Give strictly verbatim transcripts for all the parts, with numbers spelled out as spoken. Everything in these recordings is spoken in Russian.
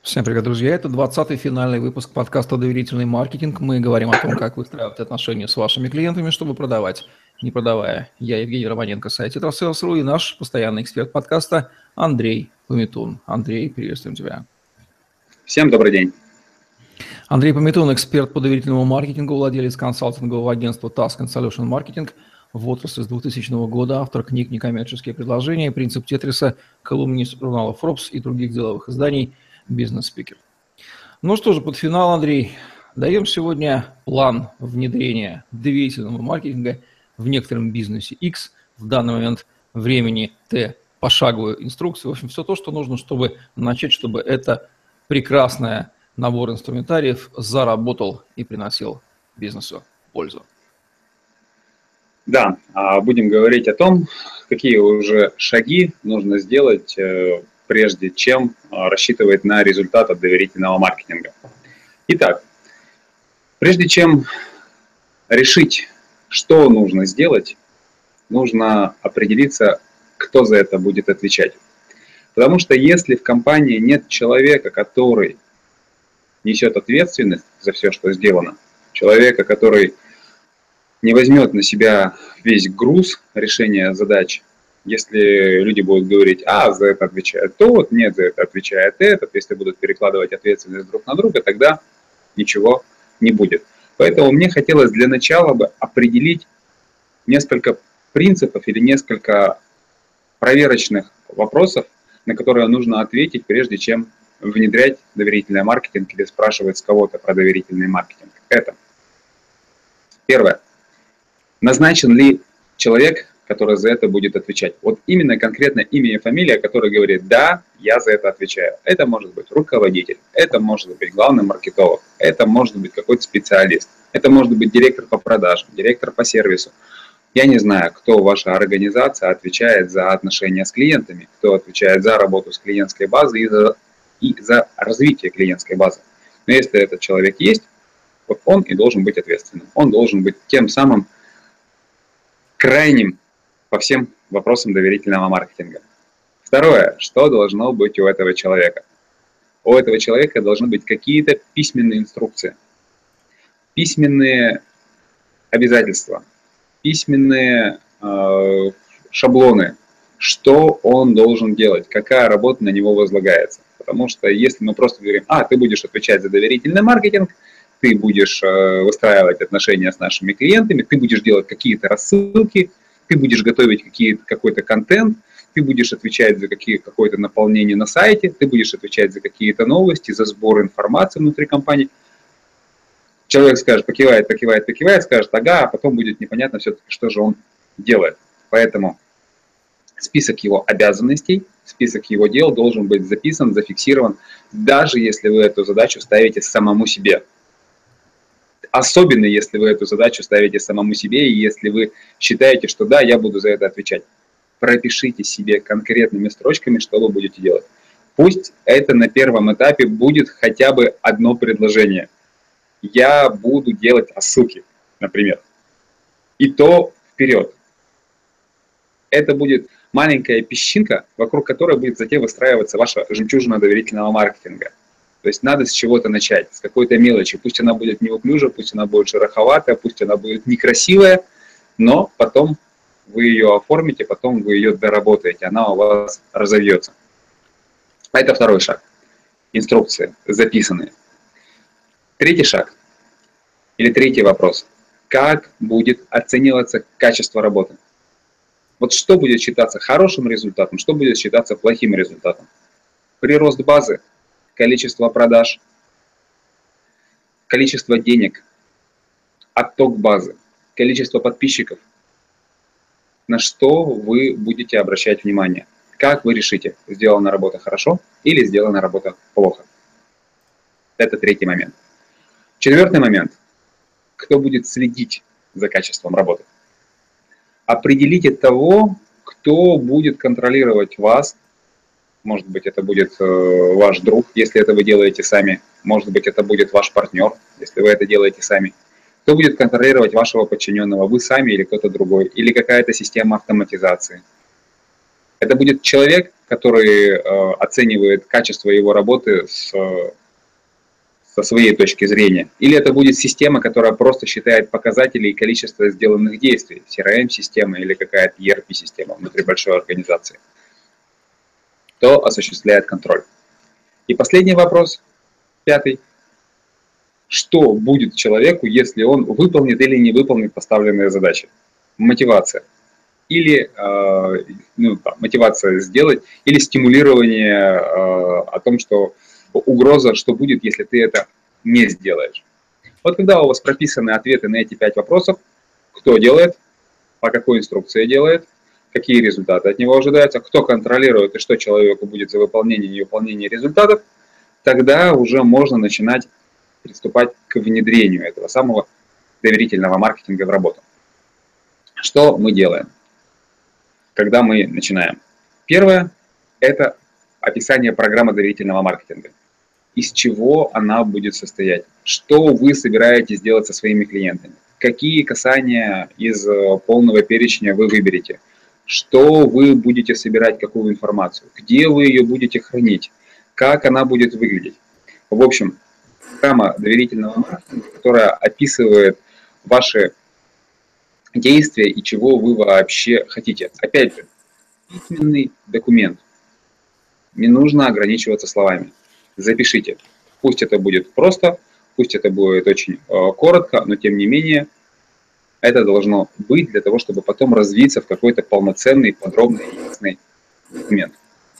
Всем привет, друзья! Это двадцатый финальный выпуск подкаста «Доверительный маркетинг». Мы говорим о том, как выстраивать отношения с вашими клиентами, чтобы продавать, не продавая. Я Евгений Романенко, сайт Тетрасейлс точка ру, и наш постоянный эксперт подкаста Андрей Пометун. Андрей, приветствуем тебя. Всем добрый день. Андрей Пометун, эксперт по доверительному маркетингу, владелец консалтингового агентства Task and Solution Marketing в отрасли с двухтысячного года, автор книг «Некоммерческие предложения», «Принцип Тетриса», колумнист журнала Forbes и других деловых изданий, бизнес-спикер. Ну что же, под финал, Андрей, даем сегодня план внедрения доверительного маркетинга в некотором бизнесе X, в данный момент времени Т, пошаговую инструкцию. В общем, все то, что нужно, чтобы начать, чтобы это прекрасный набор инструментариев заработал и приносил бизнесу пользу. Да, будем говорить о том, какие уже шаги нужно сделать, прежде чем рассчитывать на результат от доверительного маркетинга. Итак, прежде чем решить, что нужно сделать, нужно определиться, кто за это будет отвечать. Потому что если в компании нет человека, который несет ответственность за все, что сделано, человека, который не возьмет на себя весь груз решения задач, если люди будут говорить, а, за это отвечает тот, нет, за это отвечает этот, если будут перекладывать ответственность друг на друга, тогда ничего не будет. Поэтому мне хотелось для начала бы определить несколько принципов или несколько проверочных вопросов, на которые нужно ответить, прежде чем внедрять доверительный маркетинг или спрашивать с кого-то про доверительный маркетинг. Это первое. Назначен ли человек, который за это будет отвечать? Вот именно конкретно имя и фамилия, который говорит, да, я за это отвечаю. Это может быть руководитель, это может быть главный маркетолог, это может быть какой-то специалист, это может быть директор по продажам, директор по сервису. Я не знаю, кто ваша организация отвечает за отношения с клиентами, кто отвечает за работу с клиентской базой и за, и за развитие клиентской базы. Но если этот человек есть, вот он и должен быть ответственным. Он должен быть тем самым крайним по всем вопросам доверительного маркетинга. Второе, что должно быть у этого человека? У этого человека должны быть какие-то письменные инструкции, письменные обязательства, письменные э, шаблоны, что он должен делать, какая работа на него возлагается. Потому что если мы просто говорим, а, ты будешь отвечать за доверительный маркетинг, ты будешь э, выстраивать отношения с нашими клиентами, ты будешь делать какие-то рассылки, ты будешь готовить какой-то контент, ты будешь отвечать за какие, какое-то наполнение на сайте, ты будешь отвечать за какие-то новости, за сбор информации внутри компании. Человек скажет, покивает, покивает, покивает, скажет, ага, а потом будет непонятно все-таки, что же он делает. Поэтому список его обязанностей, список его дел должен быть записан, зафиксирован, даже если вы эту задачу ставите самому себе. Особенно, если вы эту задачу ставите самому себе, и если вы считаете, что да, я буду за это отвечать. Пропишите себе конкретными строчками, что вы будете делать. Пусть это на первом этапе будет хотя бы одно предложение. Я буду делать рассылки, например. И то вперед. Это будет маленькая песчинка, вокруг которой будет затем выстраиваться ваша жемчужина доверительного маркетинга. То есть надо с чего-то начать, с какой-то мелочи. Пусть она будет неуклюжая, пусть она будет шероховатая, пусть она будет некрасивая, но потом вы ее оформите, потом вы ее доработаете, она у вас разовьется. Это второй шаг. Инструкции записанные. Третий шаг или третий вопрос. Как будет оцениваться качество работы? Вот что будет считаться хорошим результатом, что будет считаться плохим результатом? Прирост базы, количество продаж, количество денег, отток базы, количество подписчиков. На что вы будете обращать внимание? Как вы решите, сделана работа хорошо или сделана работа плохо? Это третий момент. Четвертый момент. Кто будет следить за качеством работы? Определите того, кто будет контролировать вас. Может быть, это будет э, ваш друг, если это вы делаете сами. Может быть, это будет ваш партнер, если вы это делаете сами. Кто будет контролировать вашего подчиненного? Вы сами или кто-то другой? Или какая-то система автоматизации? Это будет человек, который э, оценивает качество его работы с, со своей точки зрения. Или это будет система, которая просто считает показатели и количество сделанных действий, си ар эм-система или какая-то и эр пи-система внутри большой организации. Кто осуществляет контроль? И последний вопрос, пятый. Что будет человеку, если он выполнит или не выполнит поставленные задачи? Мотивация. Или э, ну, там, мотивация сделать, или стимулирование э, о том, что угроза, что будет, если ты это не сделаешь. Вот когда у вас прописаны ответы на эти пять вопросов, кто делает, по какой инструкции делает, какие результаты от него ожидаются, кто контролирует и что человеку будет за выполнение и выполнение результатов, тогда уже можно начинать приступать к внедрению этого самого доверительного маркетинга в работу. Что мы делаем, когда мы начинаем? Первое – это описание программы доверительного маркетинга. Из чего она будет состоять? Что вы собираетесь делать со своими клиентами? Какие касания из полного перечня вы выберете? Что вы будете собирать, какую информацию? Где вы ее будете хранить? Как она будет выглядеть? В общем, программа доверительного маркетинга, которая описывает ваши действия и чего вы вообще хотите. Опять же, письменный документ. Не нужно ограничиваться словами. Запишите. Пусть это будет просто, пусть это будет очень э, коротко, но тем не менее это должно быть для того, чтобы потом развиться в какой-то полноценный, подробный и ясный документ,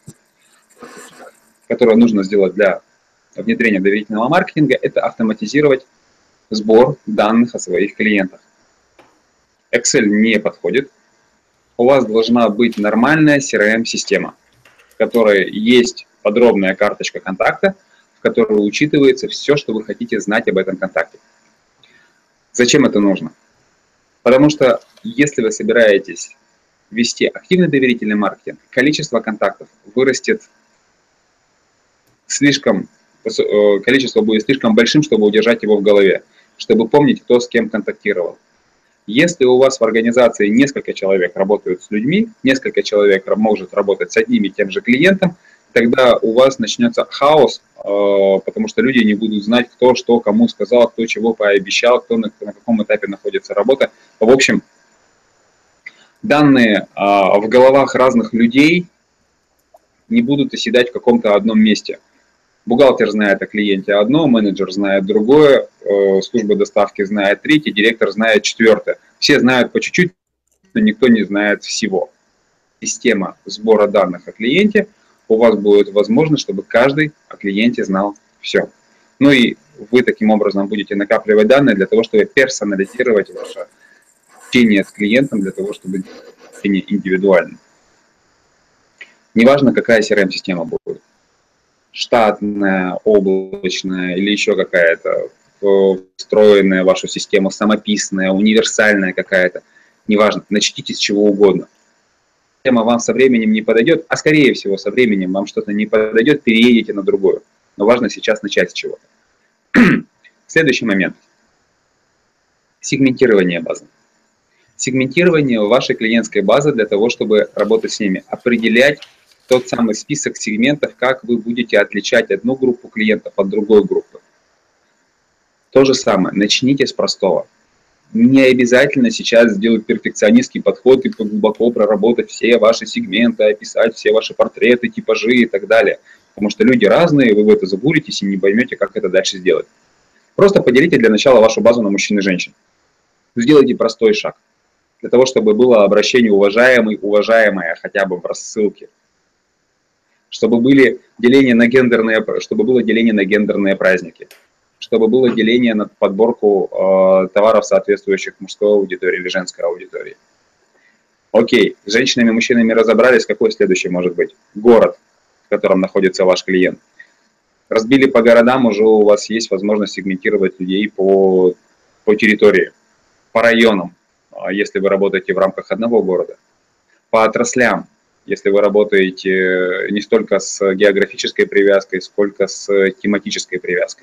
который нужно сделать для внедрения доверительного маркетинга, это автоматизировать сбор данных о своих клиентах. Excel не подходит. У вас должна быть нормальная си ар эм-система, в которой есть подробная карточка контакта, в которой учитывается все, что вы хотите знать об этом контакте. Зачем это нужно? Потому что если вы собираетесь вести активный доверительный маркетинг, количество контактов вырастет слишком, количество будет слишком большим, чтобы удержать его в голове, чтобы помнить, кто с кем контактировал. Если у вас в организации несколько человек работают с людьми, несколько человек может работать с одним и тем же клиентом, тогда у вас начнется хаос, потому что люди не будут знать, кто что кому сказал, кто чего пообещал, кто на, на каком этапе находится работа. В общем, данные в головах разных людей не будут оседать в каком-то одном месте. Бухгалтер знает о клиенте одно, менеджер знает другое, служба доставки знает третье, директор знает четвертое. Все знают по чуть-чуть, но никто не знает всего. Система сбора данных о клиенте, у вас будет возможность, чтобы каждый о клиенте знал все. Ну и вы таким образом будете накапливать данные для того, чтобы персонализировать ваше общение с клиентом, для того, чтобы общение индивидуально. Неважно, какая си ар эм-система будет. Штатная, облачная или еще какая-то, встроенная в вашу систему, самописная, универсальная какая-то, неважно, начните с чего угодно. Система вам со временем не подойдет, а скорее всего со временем вам что-то не подойдет, переедете на другую. Но важно сейчас начать с чего-то. Следующий момент. Сегментирование базы. Сегментирование вашей клиентской базы для того, чтобы работать с ними, определять тот самый список сегментов, как вы будете отличать одну группу клиентов от другой группы. То же самое, начните с простого. Не обязательно сейчас сделать перфекционистский подход и глубоко проработать все ваши сегменты, описать все ваши портреты, типажи и так далее. Потому что люди разные, вы в это забуритесь и не поймете, как это дальше сделать. Просто поделите для начала вашу базу на мужчин и женщин. Сделайте простой шаг. Для того, чтобы было обращение уважаемый, уважаемая хотя бы в рассылке. Чтобы, были деления на гендерные, чтобы было деление на гендерные праздники. Чтобы было деление на подборку э, товаров, соответствующих мужской аудитории или женской аудитории. Окей, с женщинами и мужчинами разобрались, какой следующий может быть? Город, в котором находится ваш клиент. Разбили по городам, уже у вас есть возможность сегментировать людей по, по территории, по районам, если вы работаете в рамках одного города, по отраслям, если вы работаете не столько с географической привязкой, сколько с тематической привязкой.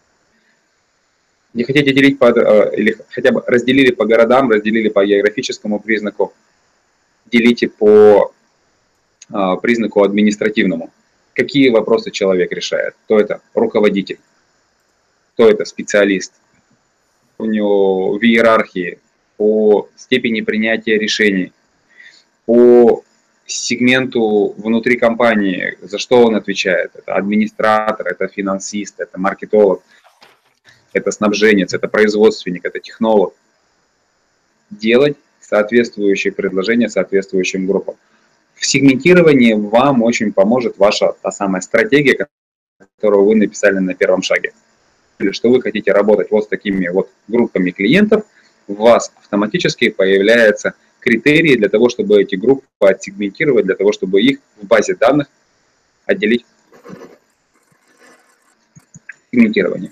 Не хотите делить по, или хотя бы разделили по городам, разделили по географическому признаку, делите по признаку административному. Какие вопросы человек решает? Кто это? Руководитель. Кто это? Специалист. У него в иерархии, по степени принятия решений, по сегменту внутри компании, за что он отвечает. Это администратор, это финансист, это маркетолог, это снабженец, это производственник, это технолог. Делать соответствующие предложения соответствующим группам. В сегментировании вам очень поможет ваша та самая стратегия, которую вы написали на первом шаге. Или что вы хотите работать вот с такими вот группами клиентов, у вас автоматически появляются критерии для того, чтобы эти группы отсегментировать, для того, чтобы их в базе данных отделить сегментирование.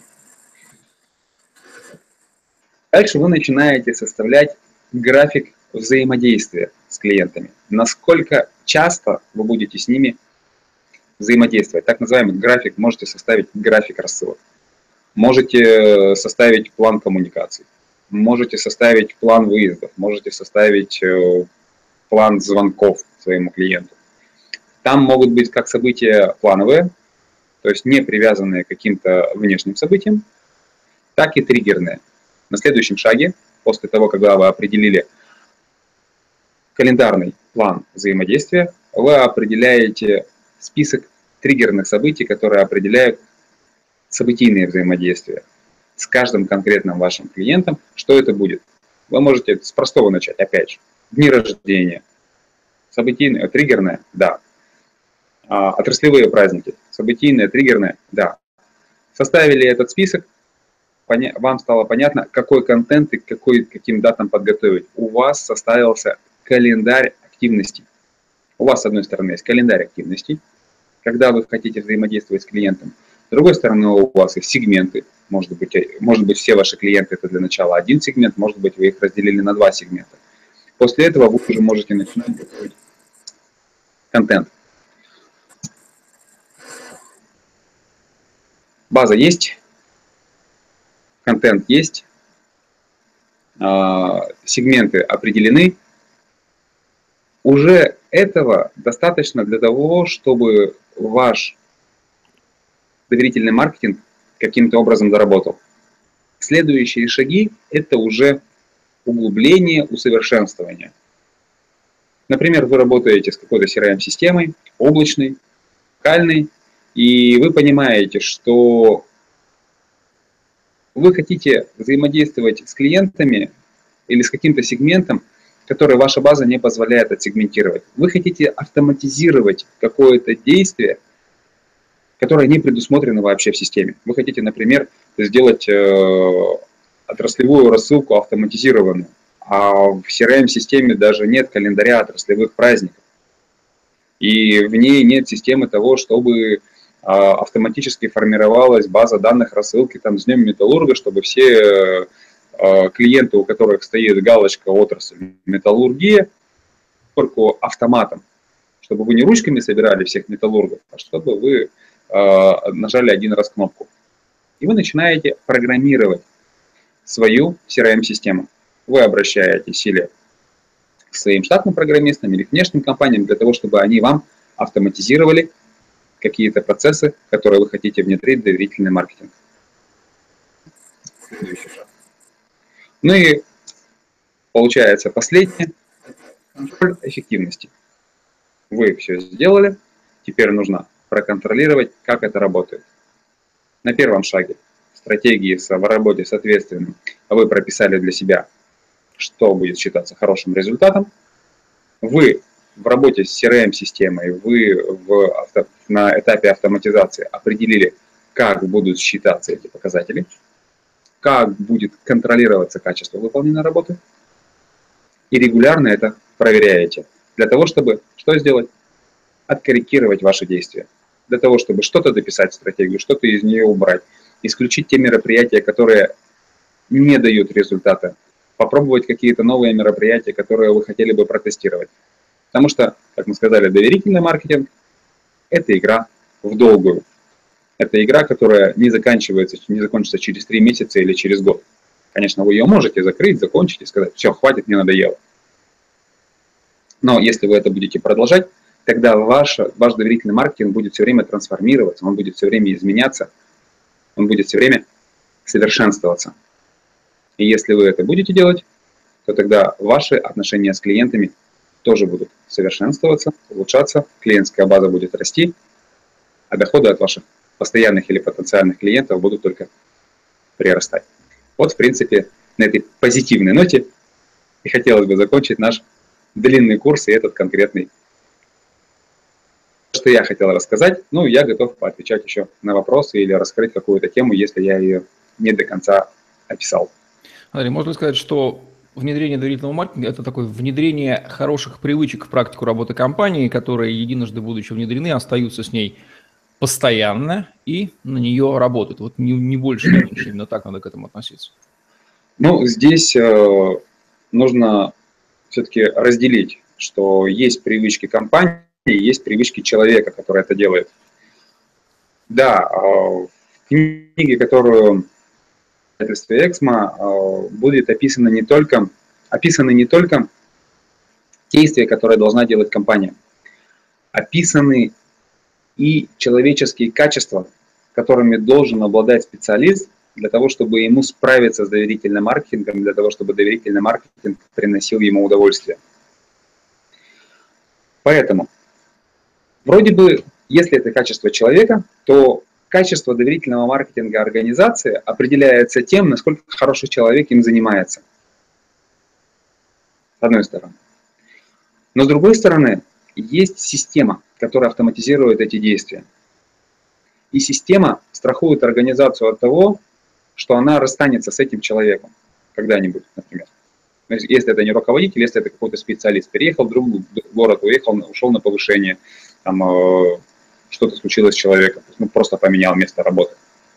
Дальше вы начинаете составлять график взаимодействия с клиентами. Насколько часто вы будете с ними взаимодействовать. Так называемый график, можете составить график рассылок. Можете составить план коммуникаций. Можете составить план выездов. Можете составить план звонков своему клиенту. Там могут быть как события плановые, то есть не привязанные к каким-то внешним событиям, так и триггерные. На следующем шаге, после того, когда вы определили календарный план взаимодействия, вы определяете список триггерных событий, которые определяют событийные взаимодействия с каждым конкретным вашим клиентом. Что это будет? Вы можете с простого начать, опять же. Дни рождения. Событийные, триггерные? Да. А, отраслевые праздники. Событийные, триггерные? Да. Составили этот список, вам стало понятно, какой контент и какой, каким датам подготовить. У вас составился календарь активностей. У вас, с одной стороны, есть календарь активностей, когда вы хотите взаимодействовать с клиентом. С другой стороны, у вас есть сегменты. Может быть, может быть, все ваши клиенты — это для начала один сегмент, может быть, вы их разделили на два сегмента. После этого вы уже можете начинать готовить контент. База есть, контент есть, сегменты определены. Уже этого достаточно для того, чтобы ваш доверительный маркетинг каким-то образом заработал. Следующие шаги – это уже углубление, усовершенствование. Например, вы работаете с какой-то си ар эм-системой, облачной, локальной, и вы понимаете, что вы хотите взаимодействовать с клиентами или с каким-то сегментом, который ваша база не позволяет отсегментировать. Вы хотите автоматизировать какое-то действие, которое не предусмотрено вообще в системе. Вы хотите, например, сделать э, отраслевую рассылку автоматизированную, а в си ар эм-системе даже нет календаря отраслевых праздников. И в ней нет системы того, чтобы э, автоматически формировалась база данных рассылки там, с Днем Металлурга, чтобы все э, клиенты, у которых стоит галочка отрасль металлургия, только автоматом, чтобы вы не ручками собирали всех металлургов, а чтобы вы нажали один раз кнопку. И вы начинаете программировать свою си ар эм-систему. Вы обращаетесь или к своим штатным программистам, или к внешним компаниям, для того, чтобы они вам автоматизировали какие-то процессы, которые вы хотите внедрить в доверительный маркетинг. Ну и получается последнее – контроль эффективности. Вы все сделали, теперь нужно проконтролировать, как это работает. На первом шаге стратегии в работе с ответственным вы прописали для себя, что будет считаться хорошим результатом. Вы в работе с си ар эм-системой, вы в авто, на этапе автоматизации определили, как будут считаться эти показатели, как будет контролироваться качество выполненной работы, и регулярно это проверяете. Для того, чтобы что сделать? Откорректировать ваши действия. Для того, чтобы что-то дописать в стратегию, что-то из нее убрать, исключить те мероприятия, которые не дают результата, попробовать какие-то новые мероприятия, которые вы хотели бы протестировать. Потому что, как мы сказали, доверительный маркетинг – это игра в долгую. Это игра, которая не заканчивается, не закончится через три месяца или через год. Конечно, вы ее можете закрыть, закончить и сказать: все, хватит, мне надоело. Но если вы это будете продолжать, тогда ваш, ваш доверительный маркетинг будет все время трансформироваться, он будет все время изменяться, он будет все время совершенствоваться. И если вы это будете делать, то тогда ваши отношения с клиентами тоже будут совершенствоваться, улучшаться, клиентская база будет расти, а доходы от ваших постоянных или потенциальных клиентов будут только прирастать. Вот, в принципе, на этой позитивной ноте и хотелось бы закончить наш длинный курс и этот конкретный. Что я хотел рассказать, ну, я готов поотвечать еще на вопросы или раскрыть какую-то тему, если я ее не до конца описал. Андрей, можно сказать, что внедрение доверительного маркетинга – это такое внедрение хороших привычек в практику работы компании, которые, единожды будучи внедрены, остаются с ней постоянно и на нее работают. Вот не, не больше, не меньше. Именно так надо к этому относиться. Ну, здесь э, нужно все-таки разделить, что есть привычки компании, есть привычки человека, который это делает. Да, э, в книге, которую издательство Эксмо, э, будет описано не только, описаны не только действия, которые должна делать компания, описаны и человеческие качества, которыми должен обладать специалист для того, чтобы ему справиться с доверительным маркетингом, для того, чтобы доверительный маркетинг приносил ему удовольствие. Поэтому, вроде бы, если это качество человека, то качество доверительного маркетинга организации определяется тем, насколько хороший человек им занимается. С одной стороны. Но с другой стороны, есть система, которая автоматизирует эти действия. И система страхует организацию от того, что она расстанется с этим человеком когда-нибудь, например. Если это не руководитель, если это какой-то специалист, переехал в другой город, уехал, ушел на повышение, там, э, что-то случилось с человеком, ну, просто поменял место работы.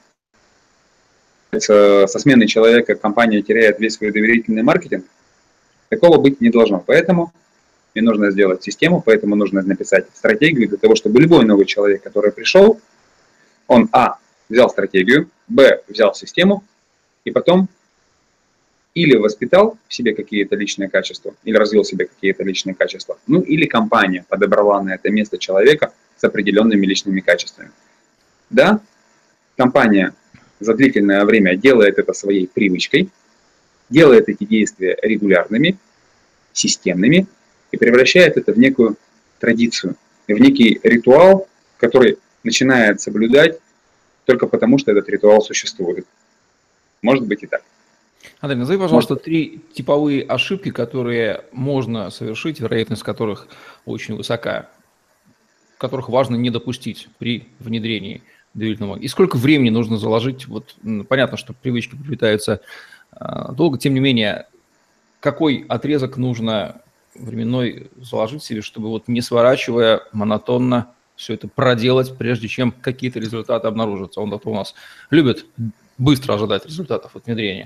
Со сменой человека компания теряет весь свой доверительный маркетинг. Такого быть не должно. Поэтому мне нужно сделать систему, поэтому нужно написать стратегию для того, чтобы любой новый человек, который пришел, он, а, взял стратегию, б, взял систему, и потом или воспитал в себе какие-то личные качества, или развил в себе какие-то личные качества, ну или компания подобрала на это место человека с определенными личными качествами. Да, компания за длительное время делает это своей привычкой, делает эти действия регулярными, системными и превращает это в некую традицию, в некий ритуал, который начинает соблюдать только потому, что этот ритуал существует. Может быть и так. Андрей, назови, пожалуйста, Может... три типовые ошибки, которые можно совершить, вероятность которых очень высока, которых важно не допустить при внедрении доверительного. И сколько времени нужно заложить? Вот понятно, что привычки приобретаются долго, тем не менее, какой отрезок нужно временной заложить себе, чтобы вот не сворачивая монотонно все это проделать, прежде чем какие-то результаты обнаружатся. Он у нас любит быстро ожидать результатов от внедрения.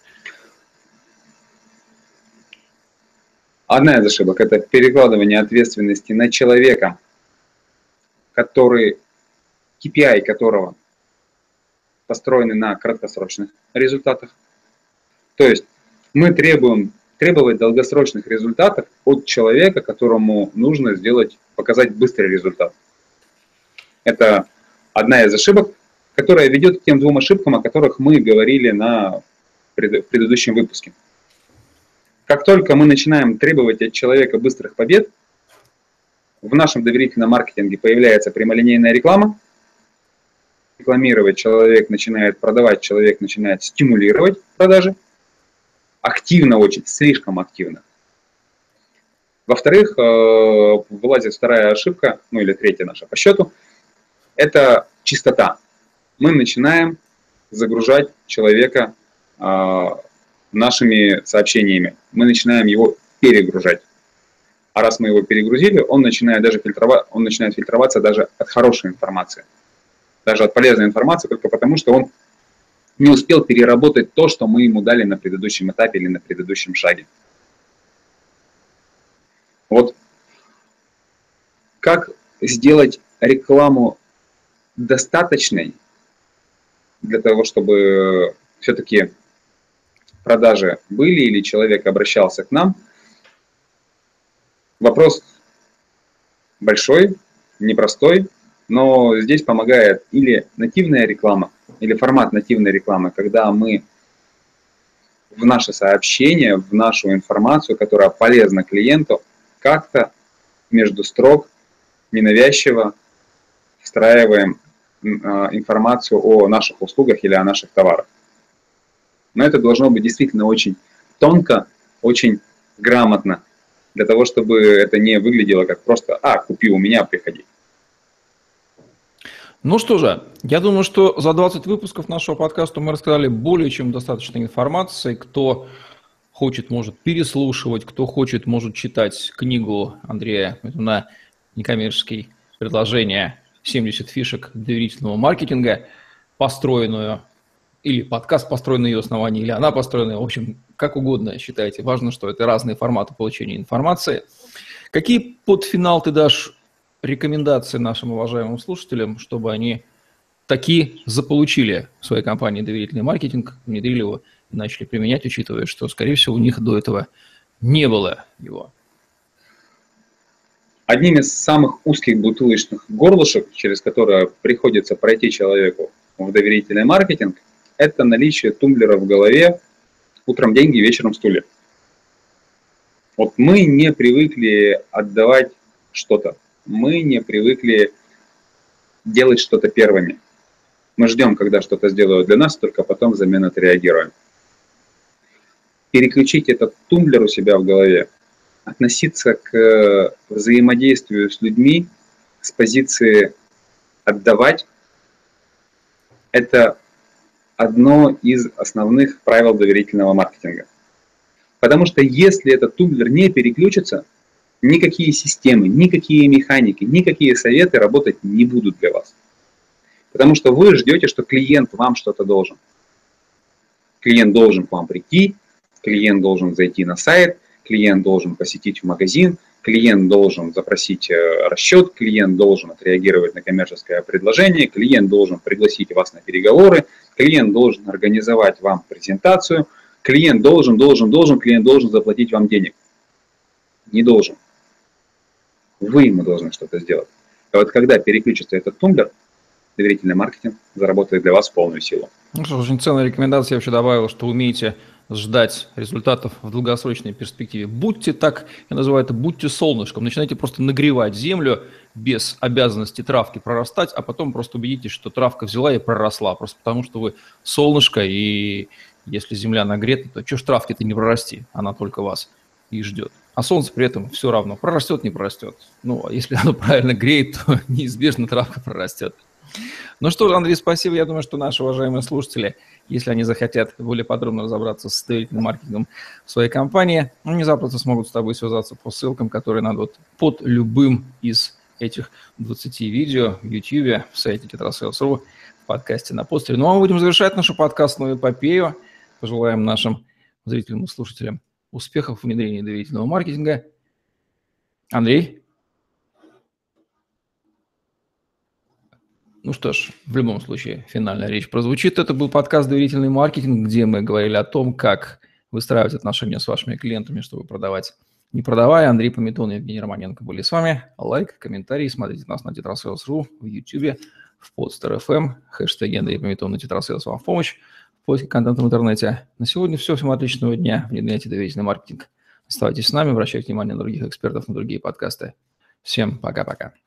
Одна из ошибок – это перекладывание ответственности на человека, который, кей пи ай которого построены на краткосрочных результатах. То есть мы требуем требовать долгосрочных результатов от человека, которому нужно сделать, показать быстрый результат. Это одна из ошибок, которая ведет к тем двум ошибкам, о которых мы говорили на предыдущем выпуске. Как только мы начинаем требовать от человека быстрых побед, в нашем доверительном маркетинге появляется прямолинейная реклама. Рекламировать человек начинает продавать, человек начинает стимулировать продажи. Активно очень, слишком активно. Во-вторых, вылазит вторая ошибка, ну или третья наша по счету, это чистота. Мы начинаем загружать человека нашими сообщениями. Мы начинаем его перегружать. А раз мы его перегрузили, он начинает, даже фильтровать, он начинает фильтроваться даже от хорошей информации. Даже от полезной информации, только потому что он не успел переработать то, что мы ему дали на предыдущем этапе или на предыдущем шаге. Вот как сделать рекламу достаточной для того, чтобы все-таки продажи были или человек обращался к нам. Вопрос большой, непростой, но здесь помогает или нативная реклама, или формат нативной рекламы, когда мы в наше сообщение, в нашу информацию, которая полезна клиенту, как-то между строк ненавязчиво встраиваем информацию о наших услугах или о наших товарах. Но это должно быть действительно очень тонко, очень грамотно, для того, чтобы это не выглядело как просто «а, купи у меня, приходи». Ну что же, я думаю, что за двадцать выпусков нашего подкаста мы рассказали более чем достаточно информации. Кто хочет, может переслушивать, кто хочет, может читать книгу Андрея Митуна «Некоммерческие предложения. семьдесят фишек доверительного маркетинга», построенную, или подкаст, построенный на ее основании, или она построена, в общем, как угодно считайте. Важно, что это разные форматы получения информации. Какие под финал ты дашь рекомендации нашим уважаемым слушателям, чтобы они таки заполучили в своей компании доверительный маркетинг, внедрили его и начали применять, учитывая, что, скорее всего, у них до этого не было его? Одним из самых узких бутылочных горлышек, через которое приходится пройти человеку в доверительный маркетинг, это наличие тумблера в голове: утром деньги, вечером стулья. Вот мы не привыкли отдавать что-то. Мы не привыкли делать что-то первыми. Мы ждем, когда что-то сделают для нас, только потом взамен отреагируем. Переключить этот тумблер у себя в голове, относиться к взаимодействию с людьми с позиции «отдавать» – это одно из основных правил доверительного маркетинга. Потому что если этот тумблер не переключится, никакие системы, никакие механики, никакие советы работать не будут для вас. Потому что вы ждете, что клиент вам что-то должен. Клиент должен к вам прийти, клиент должен зайти на сайт, клиент должен посетить магазин, клиент должен запросить расчет, клиент должен отреагировать на коммерческое предложение, клиент должен пригласить вас на переговоры, клиент должен организовать вам презентацию, клиент должен, должен, должен, клиент должен заплатить вам денег. Не должен. Вы ему должны что-то сделать. И вот когда переключится этот тумблер, доверительный маркетинг заработает для вас в полную силу. Ну что, очень ценная рекомендация. Я вообще добавил, что умеете ждать результатов в долгосрочной перспективе. Будьте так, я называю это, будьте солнышком. Начинайте просто нагревать землю без обязанности травки прорастать, а потом просто убедитесь, что травка взяла и проросла. Просто потому, что вы солнышко, и если земля нагрета, то что ж травки-то не прорасти? Она только вас и ждет. А солнце при этом все равно прорастет, не прорастет. Ну, а если оно правильно греет, то неизбежно травка прорастет. Ну что ж, Андрей, спасибо. Я думаю, что наши уважаемые слушатели, если они захотят более подробно разобраться с доверительным маркетингом в своей компании, они запросто смогут с тобой связаться по ссылкам, которые найдут под любым из этих двадцати видео в YouTube, в сайте тетрасейлс точка ру, в подкасте на постере. Ну а мы будем завершать нашу подкастную эпопею. Пожелаем нашим зрителям и слушателям успехов в внедрении доверительного маркетинга. Андрей? Ну что ж, в любом случае, финальная речь прозвучит. Это был подкаст «Доверительный маркетинг», где мы говорили о том, как выстраивать отношения с вашими клиентами, чтобы продавать, не продавая. Андрей Пометун и Евгений Романенко были с вами. Лайк, комментарий, смотрите нас на тетрасейлс точка ру, в YouTube, в Podster точка эф эм, хэштеги Андрей Пометун и тетрасейлс вам в помощь в поиске контента в интернете. На сегодня все. Всем отличного дня. Внедряйте доверительный маркетинг. Оставайтесь с нами, обращайте внимание на других экспертов, на другие подкасты. Всем пока-пока.